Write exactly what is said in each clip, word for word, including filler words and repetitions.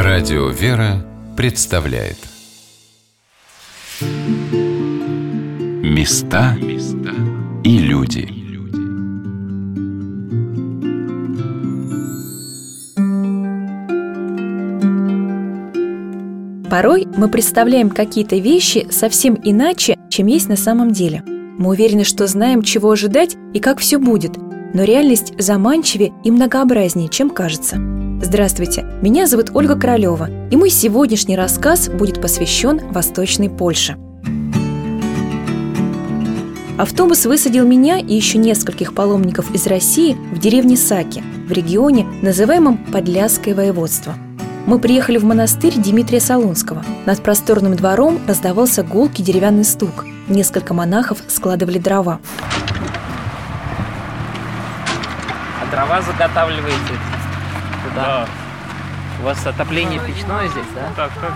Радио «Вера» представляет Места и люди. Порой мы представляем какие-то вещи совсем иначе, чем есть на самом деле. Мы уверены, что знаем, чего ожидать и как все будет, но реальность заманчивее и многообразнее, чем кажется. Здравствуйте, меня зовут Ольга Королева, и мой сегодняшний рассказ будет посвящен Восточной Польше. Автобус высадил меня и еще нескольких паломников из России в деревне Саки, в регионе, называемом Подляское воеводство. Мы приехали в монастырь Димитрия Солунского. Над просторным двором раздавался гулкий деревянный стук. Несколько монахов складывали дрова. А дрова заготавливаете? Туда? Да. У вас отопление печное здесь, да? Так, так,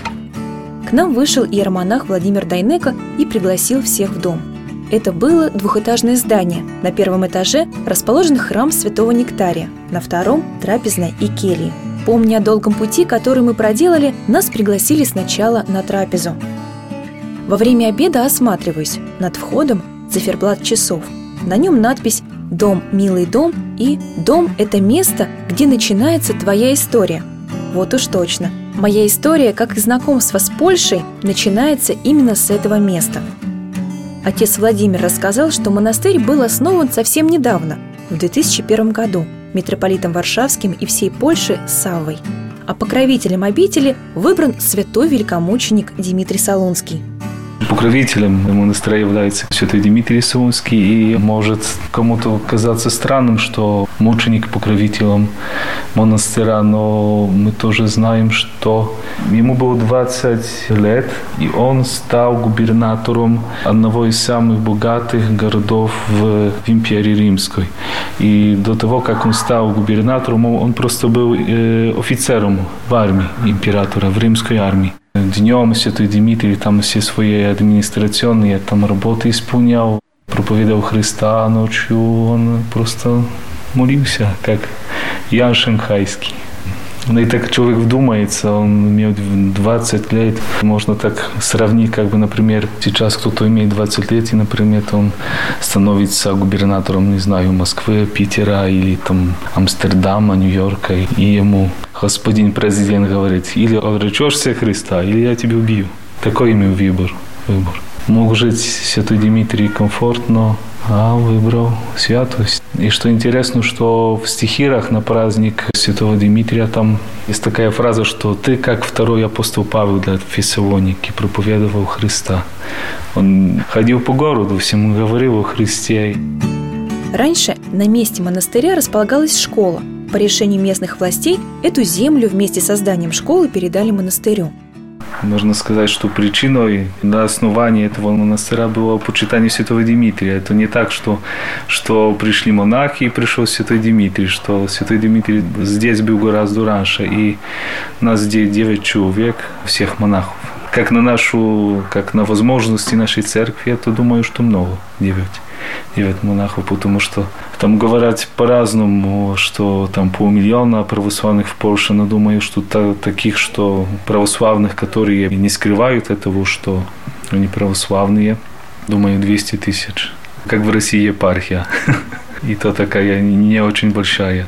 так. К нам вышел иеромонах Владимир Дайнеко и пригласил всех в дом. Это было двухэтажное здание. На первом этаже расположен храм Святого Нектария, на втором – трапезная и кельи. Помня о долгом пути, который мы проделали, нас пригласили сначала на трапезу. Во время обеда осматриваюсь. Над входом циферблат часов. На нем надпись «Дом, милый дом» и «Дом – это место, где начинается твоя история». Вот уж точно. Моя история, как и знакомство с Польшей, начинается именно с этого места. Отец Владимир рассказал, что монастырь был основан совсем недавно, в две тысячи первом году, митрополитом Варшавским и всей Польши Саввой. А покровителем обители выбран святой великомученик Димитрий Солунский. Покровителем монастыря является святой Димитрий Солунский, и может кому-то казаться странным, что мученик покровителем монастыря, но мы тоже знаем, что ему было двадцать лет, и он стал губернатором одного из самых богатых городов в империи Римской. И до того, как он стал губернатором, он просто был э, офицером в армии императора, в римской армии. Днем святой Дмитрий там все свои администрационные там работы исполнял, проповедовал Христа, а ночью он просто молился, как Ян Шанхайский. Ну и так человек вдумается, он имел двадцать лет. Можно так сравнить, как бы, например, сейчас кто-то имеет двадцать лет, и, например, он становится губернатором, не знаю, Москвы, Питера или там Амстердама, Нью-Йорка, и ему господин президент говорит: или отречешься Христа, или я тебя убью. Такой имел выбор. выбор. Мог жить святой Дмитрий комфортно, а выбрал святость. И что интересно, что в стихирах на праздник святого Дмитрия там есть такая фраза, что «ты, как второй апостол Павел для Фессалоники, проповедовал Христа». Он ходил по городу, всем говорил о Христе. Раньше на месте монастыря располагалась школа. По решению местных властей эту землю вместе с созданием школы передали монастырю. Можно сказать, что причиной для основания этого монастыря было почитание святого Дмитрия. Это не так, что, что пришли монахи и пришел святой Дмитрий, что святой Дмитрий здесь был гораздо раньше. И нас здесь девять человек, всех монахов. Как на нашу, как на возможности нашей церкви, я то думаю, что много, девять. девять монахов, потому что там говорят по-разному, что там полмиллиона православных в Польше, но думаю, что та, таких, что православных, которые не скрывают этого, что они православные, думаю, двести тысяч. Как в России епархия. И то такая не очень большая.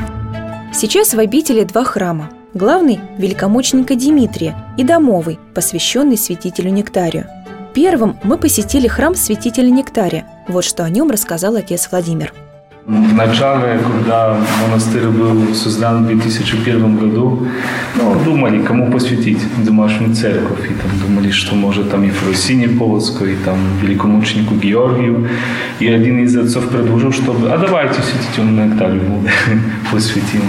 Сейчас в обители два храма. Главный – великомученика Димитрия, и домовый, посвященный святителю Нектарию. Первым мы посетили храм святителя Нектария. Вот что о нем рассказал отец Владимир. В начале, когда монастырь был создан в две тысячи первом году, ну, думали, кому посвятить домашнюю церковь. И там думали, что может там и Фросине Полоцкой, и там великомученику Георгию. И один из отцов предложил, чтобы, а давайте святителю Нектарию посвятим.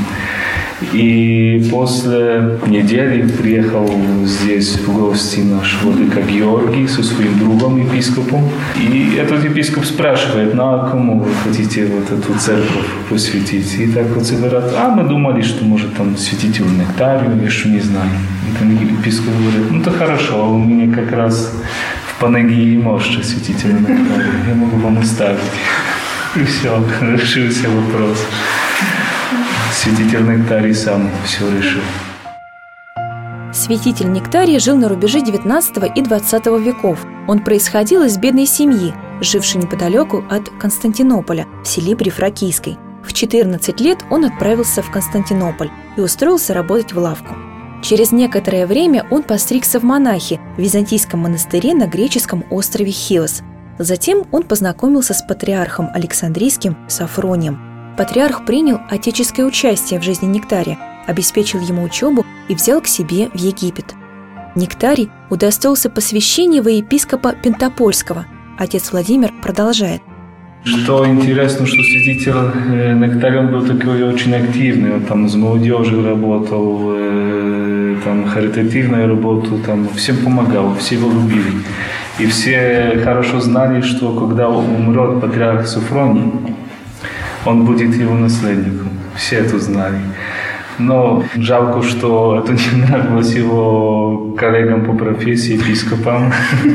И после недели приехал здесь в гости наш владыка Георгий со своим другом епископом. И этот епископ спрашивает: ну а кому вы хотите вот эту церковь посвятить? И так вот говорят: а мы думали, что может там святителю Нектарию, еще не знаю. И там епископ говорит: ну то хорошо, а у меня как раз в Панагии мощи святителя Нектарию, я могу вам оставить. И все, решился вопрос. Святитель Нектарий сам все решил. Святитель Нектарий жил на рубеже девятнадцатого и двадцатого веков. Он происходил из бедной семьи, жившей неподалеку от Константинополя, в селе Прифракийской. В четырнадцать лет он отправился в Константинополь и устроился работать в лавку. Через некоторое время он постригся в монахи в византийском монастыре на греческом острове Хиос. Затем он познакомился с патриархом Александрийским Софронием. Патриарх принял отеческое участие в жизни Нектария, обеспечил ему учебу и взял к себе в Египет. Нектарий удостоился посвящения во епископа Пентапольского. Отец Владимир продолжает. Что интересно, что святитель Нектарий, он был такой очень активный, он там с молодежью работал, там харитативную работу, там всем помогал, все его любили. И все хорошо знали, что когда умрет патриарх Софроний, он будет его наследником. Все это знали. Но жалко, что это не нравилось его коллегам по профессии, епископам.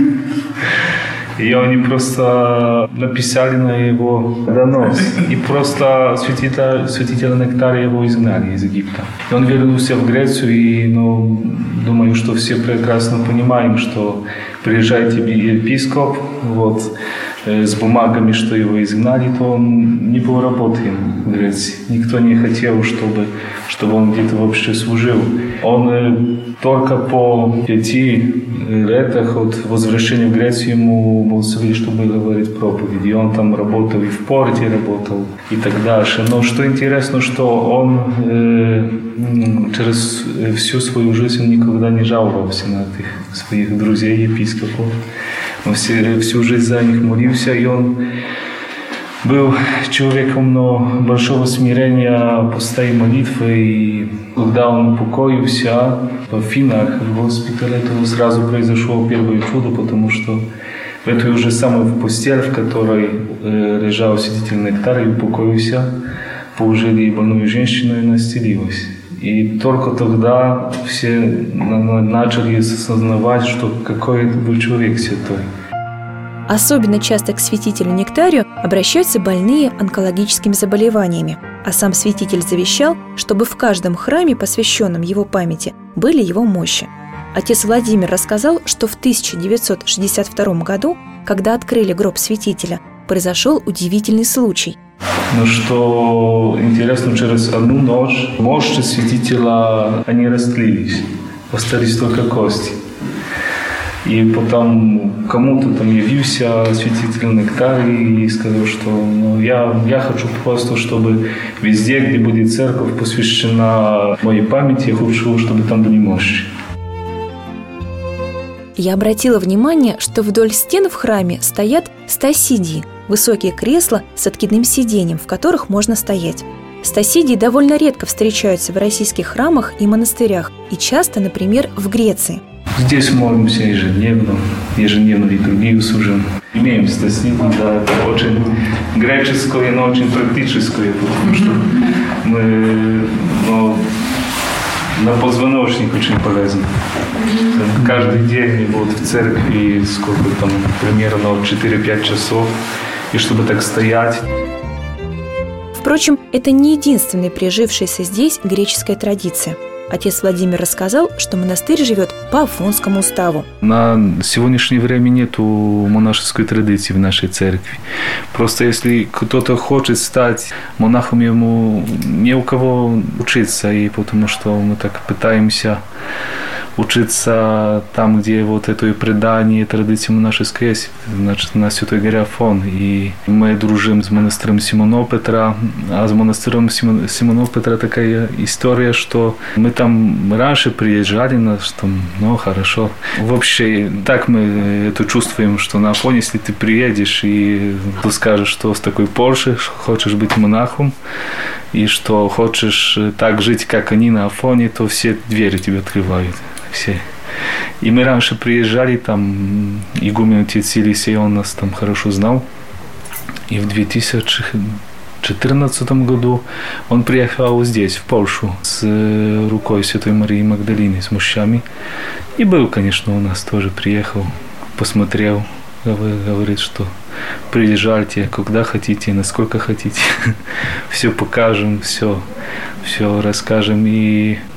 И они просто написали на его донос. И просто святителя, святителя Нектария его изгнали из Египта. И он вернулся в Грецию, и ну, думаю, что все прекрасно понимаем, что приезжает епископ вот, с бумагами, что его изгнали, то он не был работаем в Греции. Никто не хотел, чтобы, чтобы он где-то вообще служил. Он только по пяти летах от возвращения в Грецию ему был совет, чтобы говорить проповедь. И он там работал и в порте работал и так дальше. Но что интересно, что он э, через всю свою жизнь никогда не жаловался на этих своих друзей, епископов. Он все, всю жизнь за них молился, и он был человеком но большого смирения, постои молитвы. И когда он упокоился в Афинах, в госпитале, то сразу произошло первое чудо, потому что в эту уже самую постель, в которой э, лежал святитель Нектарий, упокоился, положили больную женщину, и она исцелилась. И только тогда все начали осознавать, что какой это был человек святой. Особенно часто к святителю Нектарию обращаются больные онкологическими заболеваниями, а сам святитель завещал, чтобы в каждом храме, посвященном его памяти, были его мощи. Отец Владимир рассказал, что в тысяча девятьсот шестьдесят втором году, когда открыли гроб святителя, произошел удивительный случай. Но что интересно, через одну ночь мощи святителя, они растлились, остались только кости. И потом кому-то там явился святитель Нектарий и сказал, что ну, я, я хочу просто, чтобы везде, где будет церковь посвящена моей памяти, я хочу, чтобы там были мощи. Я обратила внимание, что вдоль стен в храме стоят стасидии, высокие кресла с откидным сиденьем, в которых можно стоять. Стасидии довольно редко встречаются в российских храмах и монастырях, и часто, например, в Греции. Здесь молимся ежедневно, ежедневно литургию служим. Имеем стасидии, да, это очень греческое, но очень практическое, потому что мы ну, на позвоночник очень полезно. Каждый день вот в церкви сколько там, примерно четыре-пять часов, и чтобы так стоять. Впрочем, это не единственная прижившаяся здесь греческая традиция. Отец Владимир рассказал, что монастырь живет по Афонскому уставу. На сегодняшнее время нет монашеской традиции в нашей церкви. Просто если кто-то хочет стать монахом, ему не у кого учиться, и потому что мы так пытаемся учиться там, где вот это предание, традиция монашеская есть, значит, на Святой горе Афон. И мы дружим с монастырем Симонова Петра, а с монастырем Симонова Петра такая история, что мы там раньше приезжали, нас там, ну, хорошо. Вообще, так мы это чувствуем, что на Афоне, если ты приедешь и ты скажешь, что с такой Польши хочешь быть монахом, и что хочешь так жить, как они на Афоне, то все двери тебе открывают. Все. И мы раньше приезжали, там игумен отец Елисей, он нас там хорошо знал. И в две тысячи четырнадцатом году он приехал здесь, в Польшу, с рукой Святой Марии Магдалины, с мощами. И был, конечно, у нас тоже, приехал, посмотрел, говорит, что приезжайте, когда хотите, насколько хотите. Все покажем, все, все расскажем. И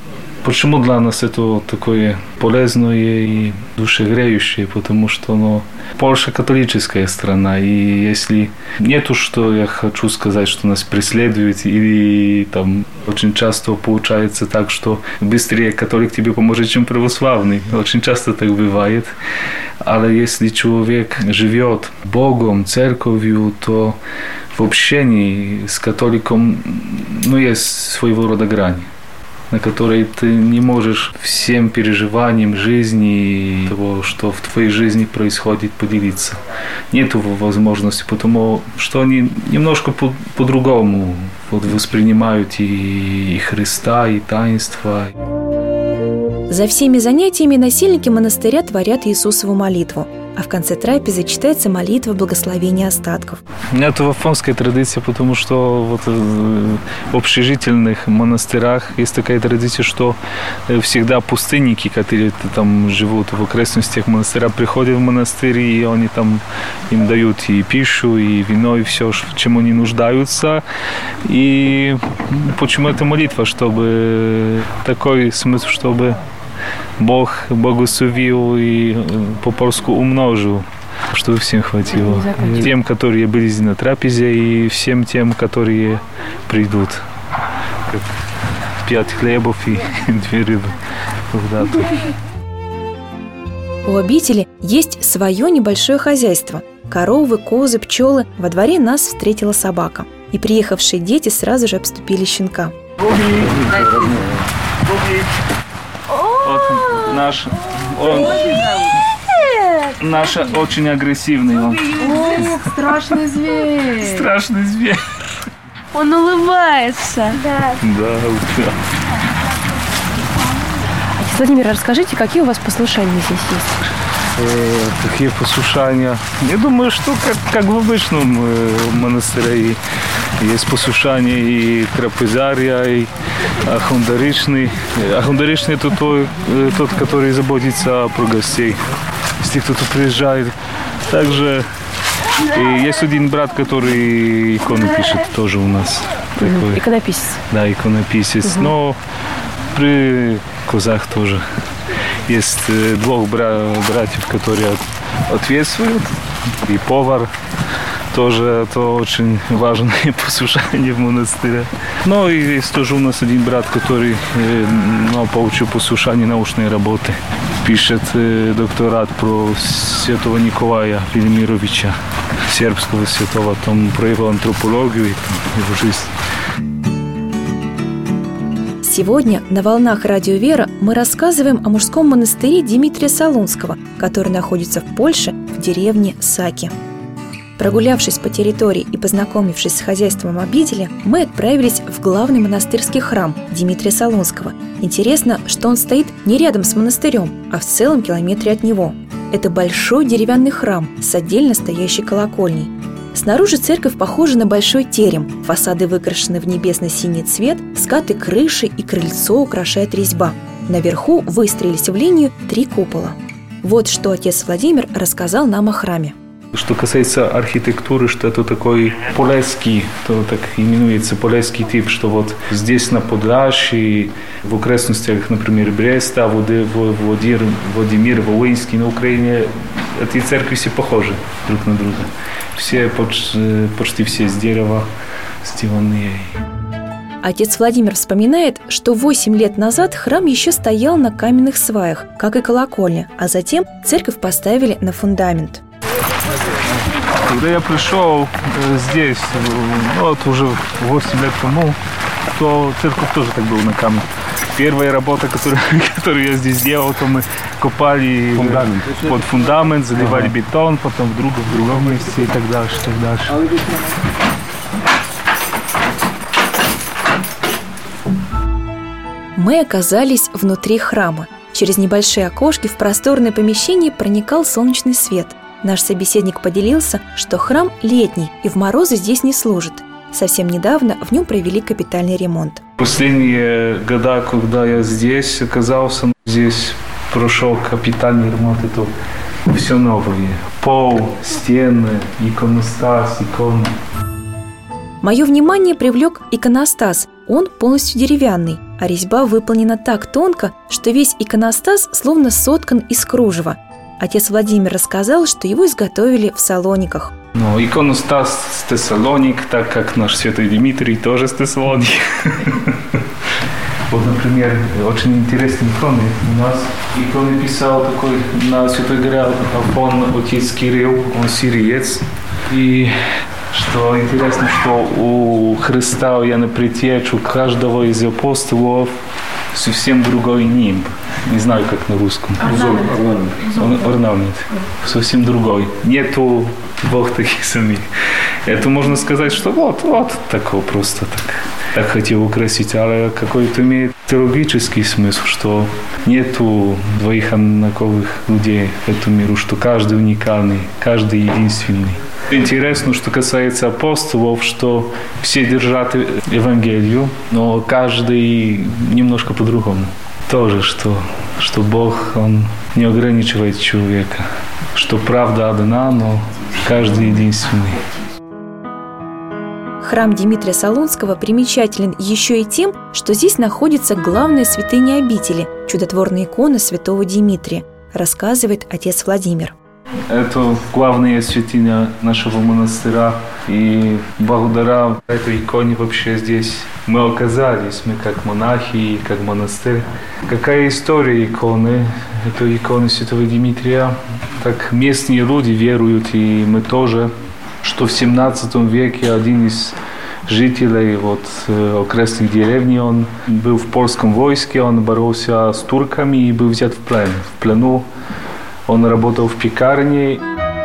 Почему для нас это такое полезное и душегреющее? Потому что ну, Польша католическая страна, и если нету, что я хочу сказать, что нас преследуют, или там очень часто получается так, что быстрее католик тебе поможет, чем православный. Очень часто так бывает. Але если человек живет Богом, церковью, то в общении с католиком ну, есть своего рода грань, на которой ты не можешь всем переживанием жизни и того, что в твоей жизни происходит, поделиться. Нет возможности, потому что они немножко по- по-другому вот, воспринимают и, и Христа, и таинства. За всеми занятиями насельники монастыря творят Иисусову молитву, а в конце трапезы читается молитва благословения остатков. Это вафонская традиция, потому что вот в общежительных монастырях есть такая традиция, что всегда пустынники, которые там живут в окрестностях монастыря, приходят в монастырь, и они там им дают и пищу, и вино, и все, в чем они нуждаются. И почему это молитва? Чтобы такой смысл, чтобы Бог благословил и по-польски умножил, чтобы всем хватило. И тем, которые были на трапезе, и всем тем, которые придут. Как пять хлебов и две рыбы когда-то. У обители есть свое небольшое хозяйство. Коровы, козы, пчелы. Во дворе нас встретила собака. И приехавшие дети сразу же обступили щенка. Вот наш, он, наш очень агрессивный. Он. О, страшный зверь. Страшный зверь. Он улыбается. Да. Да, да. Владимир, расскажите, какие у вас послушания здесь есть? Э, какие послушания? Я думаю, что как, как в обычном э, монастыре. Есть послушание и трапезария, и ахундаричный. Ахундаричный – это тот, тот, который заботится про гостей, если кто-то приезжает. Также и есть один брат, который икону пишет, тоже у нас. Такой. Иконописец. Да, иконописец. Угу. Но при козах тоже есть двух бра- братьев, которые ответствуют, и повар. Тоже это очень важное послушание в монастыре. Ну и есть тоже у нас один брат, который э, ну, получил послушание научной работы. Пишет э, докторат про святого Николая Велимировича, сербского святого, там про его антропологию и там, его жизнь. Сегодня на волнах Радио Вера мы рассказываем о мужском монастыре Димитрия Солунского, который находится в Польше, в деревне Саки. Прогулявшись по территории и познакомившись с хозяйством обители, мы отправились в главный монастырский храм Димитрия Солунского. Интересно, что он стоит не рядом с монастырем, а в целом километре от него. Это большой деревянный храм с отдельно стоящей колокольней. Снаружи церковь похожа на большой терем. Фасады выкрашены в небесно-синий цвет, скаты крыши и крыльцо украшает резьба. Наверху выстроились в линию три купола. Вот что отец Владимир рассказал нам о храме. Что касается архитектуры, что это такой полесский, то так именуется полесский тип, что вот здесь на Подлящи, в окрестностях, например, Бреста, Владимир, Владимир, Волынский, на Украине, эти церкви все похожи друг на друга. Все, почти все с дерева сделанные. Отец Владимир вспоминает, что восемь лет назад храм еще стоял на каменных сваях, как и колокольня, а затем церковь поставили на фундамент. Когда я пришел здесь, вот уже восемь лет тому, то церковь тоже так была на камне. Первая работа, которую, которую я здесь делал, то мы копали фундамент. Под фундамент, заливали ага. бетон, потом в другом, в другом месте и так дальше, и так дальше. Мы оказались внутри храма. Через небольшие окошки в просторное помещение проникал солнечный свет. Наш собеседник поделился, что храм летний и в морозы здесь не служит. Совсем недавно в нем провели капитальный ремонт. Последние года, когда я здесь оказался, здесь прошел капитальный ремонт, это все новое. Пол, стены, иконостас, иконы. Мое внимание привлек иконостас. Он полностью деревянный, а резьба выполнена так тонко, что весь иконостас словно соткан из кружева. Отец Владимир рассказал, что его изготовили в Салониках. Ну, иконостас с Тессалоник, так как наш святой Дмитрий тоже с Тессалоник. Вот, например, очень интересные иконы. У нас иконы писал такой на Святой горе Афон отец Кирилл, он сириец. И что интересно, что у Христа, я на предтечь, у каждого из апостолов совсем другой нимб. Не знаю, как на русском. Орнамент. Орнамент. Совсем другой. Нету двух таких самих. Это можно сказать, что вот, вот, такого просто так. Так хотел украсить, а какой-то имеет теологический смысл, что нету двоих одинаковых людей в этом миру, что каждый уникальный, каждый единственный. Интересно, что касается апостолов, что все держат Евангелию, но каждый немножко по-другому. Тоже, что, что Бог, Он не ограничивает человека, что правда одна, но каждый единственный. Храм Дмитрия Солунского примечателен еще и тем, что здесь находится главная святыня обители – чудотворная икона святого Дмитрия, рассказывает отец Владимир. Это главная святыня нашего монастыря, и благодаря этой иконе вообще здесь мы оказались, мы как монахи, как монастырь. Какая история иконы? Это икона святого Дмитрия. Так местные люди веруют, и мы тоже, что в семнадцатом веке один из жителей вот, окрестных деревни, он был в польском войске, он боролся с турками и был взят в плен. В плену он работал в пекарне.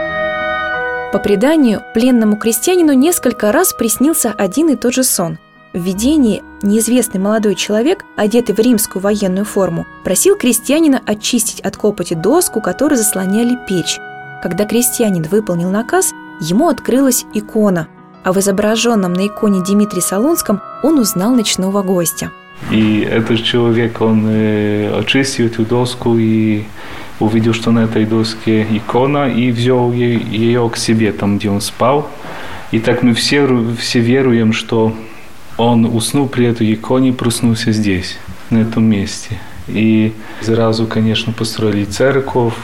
По преданию, пленному крестьянину несколько раз приснился один и тот же сон. В видении неизвестный молодой человек, одетый в римскую военную форму, просил крестьянина очистить от копоти доску, которой заслоняли печь. Когда крестьянин выполнил наказ, ему открылась икона, а в изображенном на иконе Дмитрии Солунском он узнал ночного гостя. И этот человек, он э, очистил эту доску и увидел, что на этой доске икона, и взял ее к себе, там, где он спал. И так мы все, все веруем, что он уснул при этой иконе, проснулся здесь, на этом месте. И сразу, конечно, построили церковь.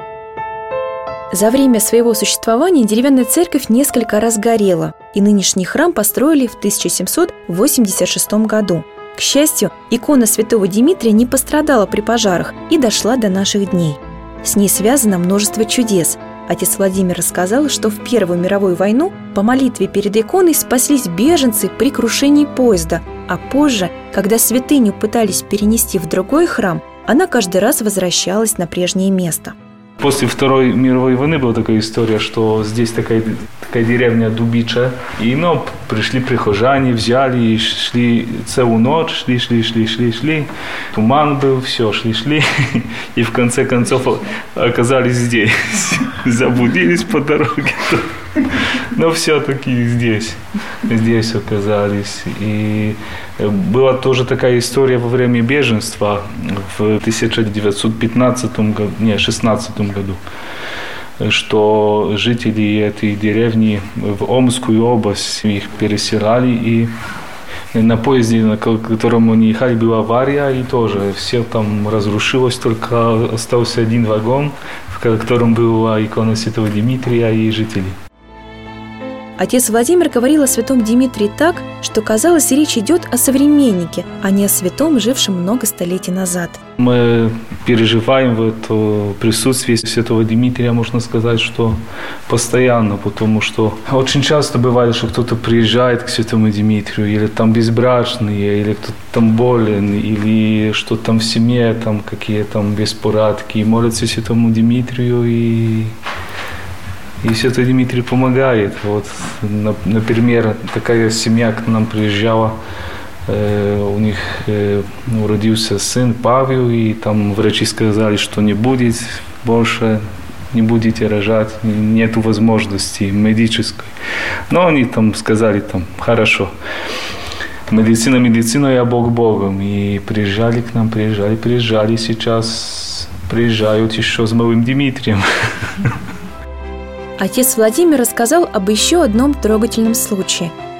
За время своего существования деревянная церковь несколько раз горела, и нынешний храм построили в тысяча семьсот восемьдесят шестом году. К счастью, икона святого Дмитрия не пострадала при пожарах и дошла до наших дней. С ней связано множество чудес. Отец Владимир рассказал, что в Первую мировую войну по молитве перед иконой спаслись беженцы при крушении поезда, а позже, когда святыню пытались перенести в другой храм, она каждый раз возвращалась на прежнее место. После Второй мировой войны была такая история, что здесь такая, такая деревня Дубича. И ну, пришли прихожане, взяли и шли целую ночь, шли, шли, шли, шли, шли. Туман был, все, шли, шли. И в конце концов оказались здесь. Заблудились по дороге. Но все-таки здесь, здесь оказались. И была тоже такая история во время беженства в тысяча девятьсот пятнадцатом году, не, шестнадцатом году, что жители этой деревни в Омскую область их переселяли, и на поезде, на котором они ехали, была авария, и тоже все там разрушилось, только остался один вагон, в котором была икона святого Дмитрия и жители. Отец Владимир говорил о святом Дмитрии так, что, казалось, речь идет о современнике, а не о святом, жившем много столетий назад. Мы переживаем в это присутствие святого Дмитрия, можно сказать, что постоянно, потому что очень часто бывает, что кто-то приезжает к святому Дмитрию, или там безбрачные, или кто-то там болен, или что там в семье, там какие там беспорядки, и молятся святому Дмитрию, и... И святой Дмитрий помогает. Вот, например, такая семья к нам приезжала, э, у них э, ну, родился сын Павел, и там врачи сказали, что не будет больше, не будете рожать, нету возможности медицинской. Но они там сказали, там, хорошо, медицина медициной, а Бог Богом. И приезжали к нам, приезжали, приезжали, сейчас приезжают еще с малым Дмитрием. Отец Владимир рассказал об еще одном трогательном случае.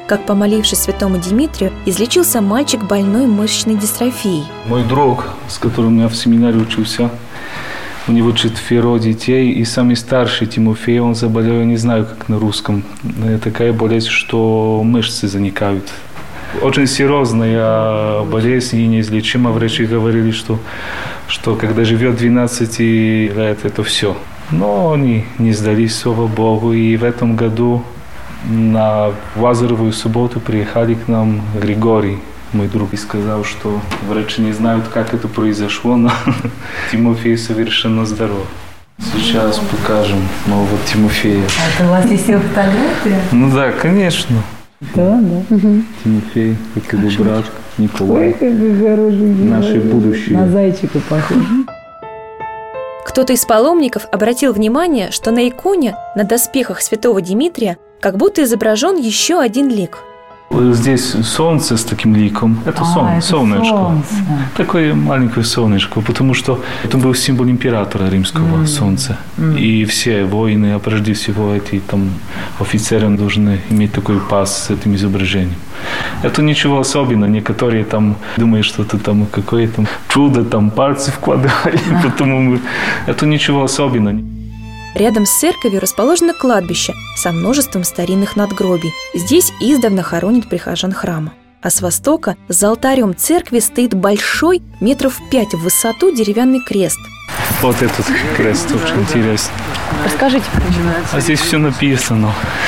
как, помолившись святому Димитрию, излечился мальчик, больной мышечной дистрофией. Мой друг, с которым я в семинаре учился, у него четверо детей, и самый старший, Тимофей, он заболел, я не знаю, как на русском, такая болезнь, что мышцы заникают. Очень серьезная болезнь и неизлечима. Врачи говорили, что, что когда живет двенадцать лет, это все. Но они не сдались, слава Богу, и в этом году на Лазаревую субботу приехали к нам Григорий, мой друг, и сказал, что врачи не знают, как это произошло, но Тимофей совершенно здоров. Сейчас покажем нового Тимофея. А это у вас есть его фотография? Ну да, конечно. Да, да. Угу. Тимофей, как его брат Николай. Ой, какой хороший. Наше будущее. На зайчика похож. Кто-то из паломников обратил внимание, что на иконе на доспехах святого Димитрия как будто изображен еще один лик. Здесь солнце с таким ликом. Это, а, сон, это солнышко. Солнце. Такое маленькое солнышко, потому что это был символ императора римского, mm. солнца. Mm. И все воины, а прежде всего эти там офицеры должны иметь такой пас с этим изображением. Это ничего особенного. Некоторые там думают, что это там какое-то чудо, там пальцы вкладывали. Потому это ничего особенного. Рядом с церковью расположено кладбище со множеством старинных надгробий. Здесь издавна хоронят прихожан храма. А с востока за алтарем церкви стоит большой, метров пять в высоту, деревянный крест. Вот этот крест очень интересный. Расскажите про него. А здесь все написано.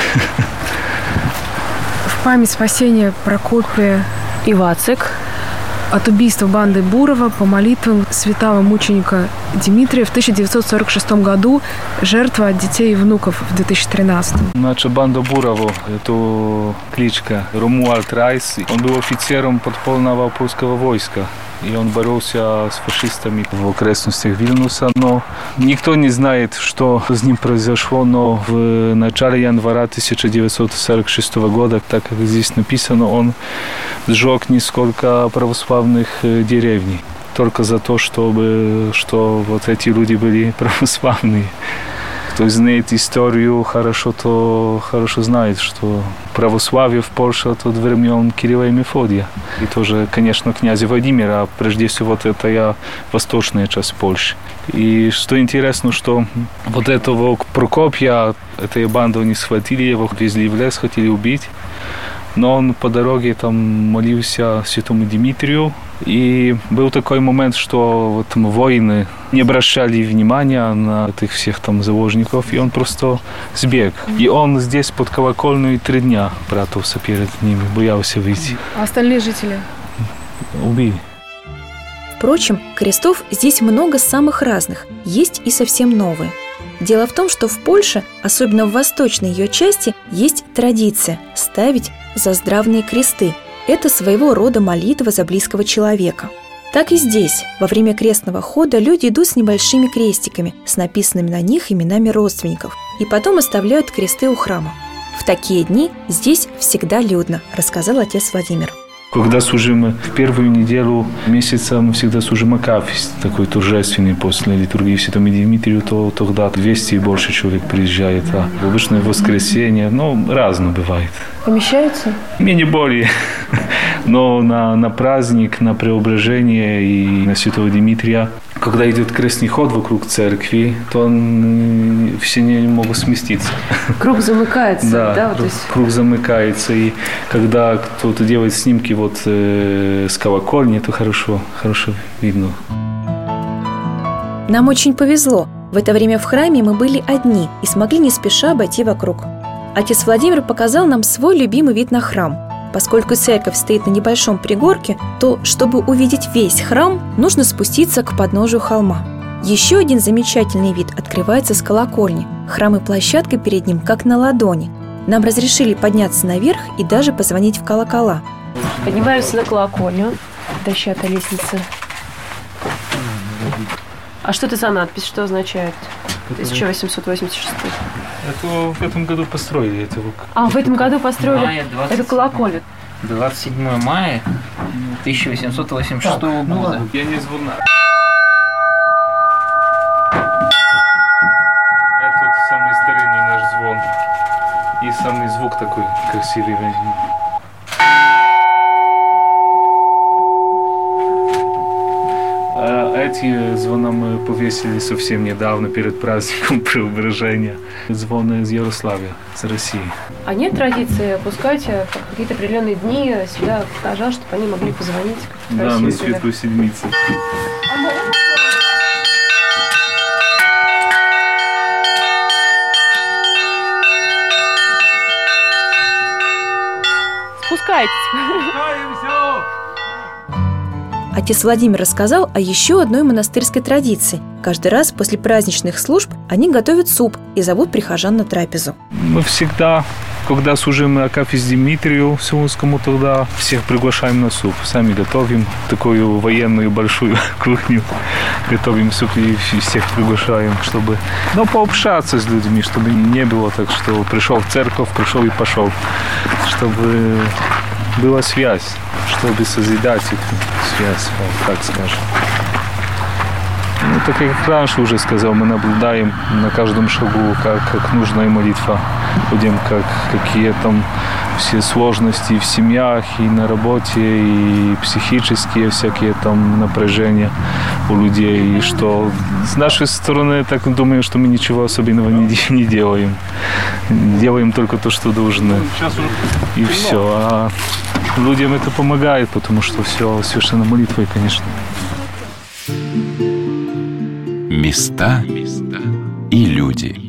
В память спасения Прокопия и Вацик. От убийства банды Бурова по молитвам святого мученика Димитрия в тысяча девятьсот сорок шестом году, жертва от детей и внуков в две тысячи тринадцатом. Наша банда Бурова, это кличка Ромуальд Райс. Он был офицером подпольного польского войска. И он боролся с фашистами в окрестностях Вильнюса. Но никто не знает, что с ним произошло. Но в начале января тысяча девятьсот сорок шестого года, так как здесь написано, он сжег несколько православных деревней. Только за то, чтобы, что вот эти люди были православные. Кто знает историю хорошо, то хорошо знает, что православие в Польше от времен Кирилла и Мефодия. И тоже, конечно, князя Владимира, а прежде всего вот это я восточная часть Польши. И что интересно, что вот этого Прокопия, этой банды они схватили, его везли в лес, хотели убить. Но он по дороге там молился святому Димитрию. И был такой момент, что вот там воины не обращали внимания на этих всех там заложников, и он просто сбег. И он здесь под колокольню три дня прятался перед ними, боялся выйти. А остальные жители? Убили. Впрочем, крестов здесь много самых разных, есть и совсем новые. Дело в том, что в Польше, особенно в восточной ее части, есть традиция ставить заздравные кресты. Это своего рода молитва за близкого человека. Так и здесь, во время крестного хода, люди идут с небольшими крестиками, с написанными на них именами родственников, и потом оставляют кресты у храма. В такие дни здесь всегда людно, рассказал отец Владимир. Когда служим в первую неделю месяца, мы всегда служим акафист, такой торжественный после литургии Святому Димитрию, то тогда двести и больше человек приезжает. А в обычное воскресенье, ну, разно бывает. Помещаются? Менее более. Но на, на праздник, на преображение и на Святого Димитрия, когда идет крестный ход вокруг церкви, то он, все не могут сместиться. Круг замыкается, да? Да, Вот круг, есть... круг замыкается. И когда кто-то делает снимки вот, э, с колокольни, то хорошо, хорошо видно. Нам очень повезло. В это время в храме мы были одни и смогли не спеша обойти вокруг. Отец Владимир показал нам свой любимый вид на храм. Поскольку церковь стоит на небольшом пригорке, то, чтобы увидеть весь храм, нужно спуститься к подножию холма. Еще один замечательный вид открывается с колокольни. Храм и площадка перед ним как на ладони. Нам разрешили подняться наверх и даже позвонить в колокола. Поднимаемся на колокольню, дощатая лестница. А что это за надпись, что означает? тысяча восемьсот восемьдесят шестой. Это в этом году построили. Это... А, в этом году построили? Мая, это колокольня. двадцать седьмого мая тысяча восемьсот восемьдесят шестого Ну, года. ладно, я не звоню. Это самый старинный наш звон. И самый звук такой красивый. эти звона мы повесили совсем недавно, перед праздником Преображения. Звоны из Ярославля, с России. А нет традиции опускать в какие-то определенные дни сюда прихожан, чтобы они могли позвонить? Да, на Светлую Седмицу. Спускайтесь. Отец Владимир рассказал о еще одной монастырской традиции. Каждый раз после праздничных служб они готовят суп и зовут прихожан на трапезу. Мы всегда, когда служим Акафист Димитрию Сионскому, тогда всех приглашаем на суп. Сами готовим такую военную большую кухню. Готовим суп и всех приглашаем, чтобы ну, пообщаться с людьми, чтобы не было так, что пришел в церковь, пришел и пошел. Чтобы была связь, чтобы созидать эту связь, так скажем. Ну, так как раньше уже сказал, мы наблюдаем на каждом шагу, как, как нужная молитва. Видим, как, какие там все сложности в семьях и на работе, и психические всякие там напряжения у людей. И что с нашей стороны, так думаю, что мы ничего особенного не, не делаем. Делаем только то, что должны. И все. А людям это помогает, потому что все священной молитвой, конечно. Места и люди.